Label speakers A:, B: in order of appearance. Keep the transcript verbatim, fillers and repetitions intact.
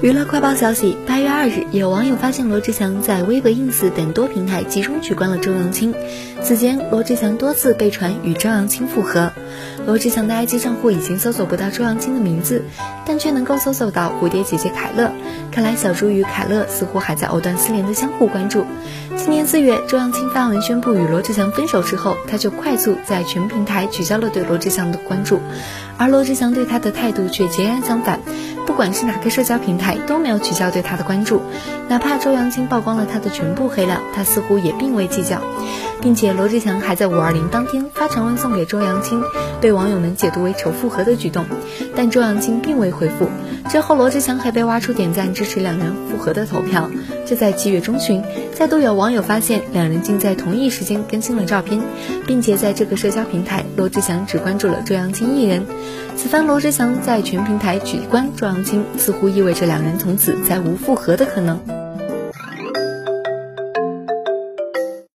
A: 娱乐快报消息，八月二日，有网友发现罗志祥在微博、ins 等多平台集中取关了周扬青。此前，罗志祥多次被传与周扬青复合。罗志祥的 I G 账户已经搜索不到周扬青的名字，但却能够搜索到蝴蝶姐姐凯乐。看来小猪与凯乐似乎还在藕断丝连的相互关注。今年四月，周扬青发文宣布与罗志祥分手之后，他就快速在全平台取消了对罗志祥的关注，而罗志祥对他的态度却截然相反。不管是哪个社交平台都没有取消对他的关注，哪怕周扬青曝光了他的全部黑料，他似乎也并未计较，并且罗志祥还在五二零当天发长文送给周扬青，被网友们解读为仇复合的举动，但周扬青并未回复。之后罗志祥还被挖出点赞支持两人复合的投票。就在七月中旬，再度有网友发现两人竟在同一时间更新了照片，并且在这个社交平台，罗志祥只关注了周扬青一人。此番罗志祥在全平台取关周扬青，似乎意味着两人从此再无复合的可能。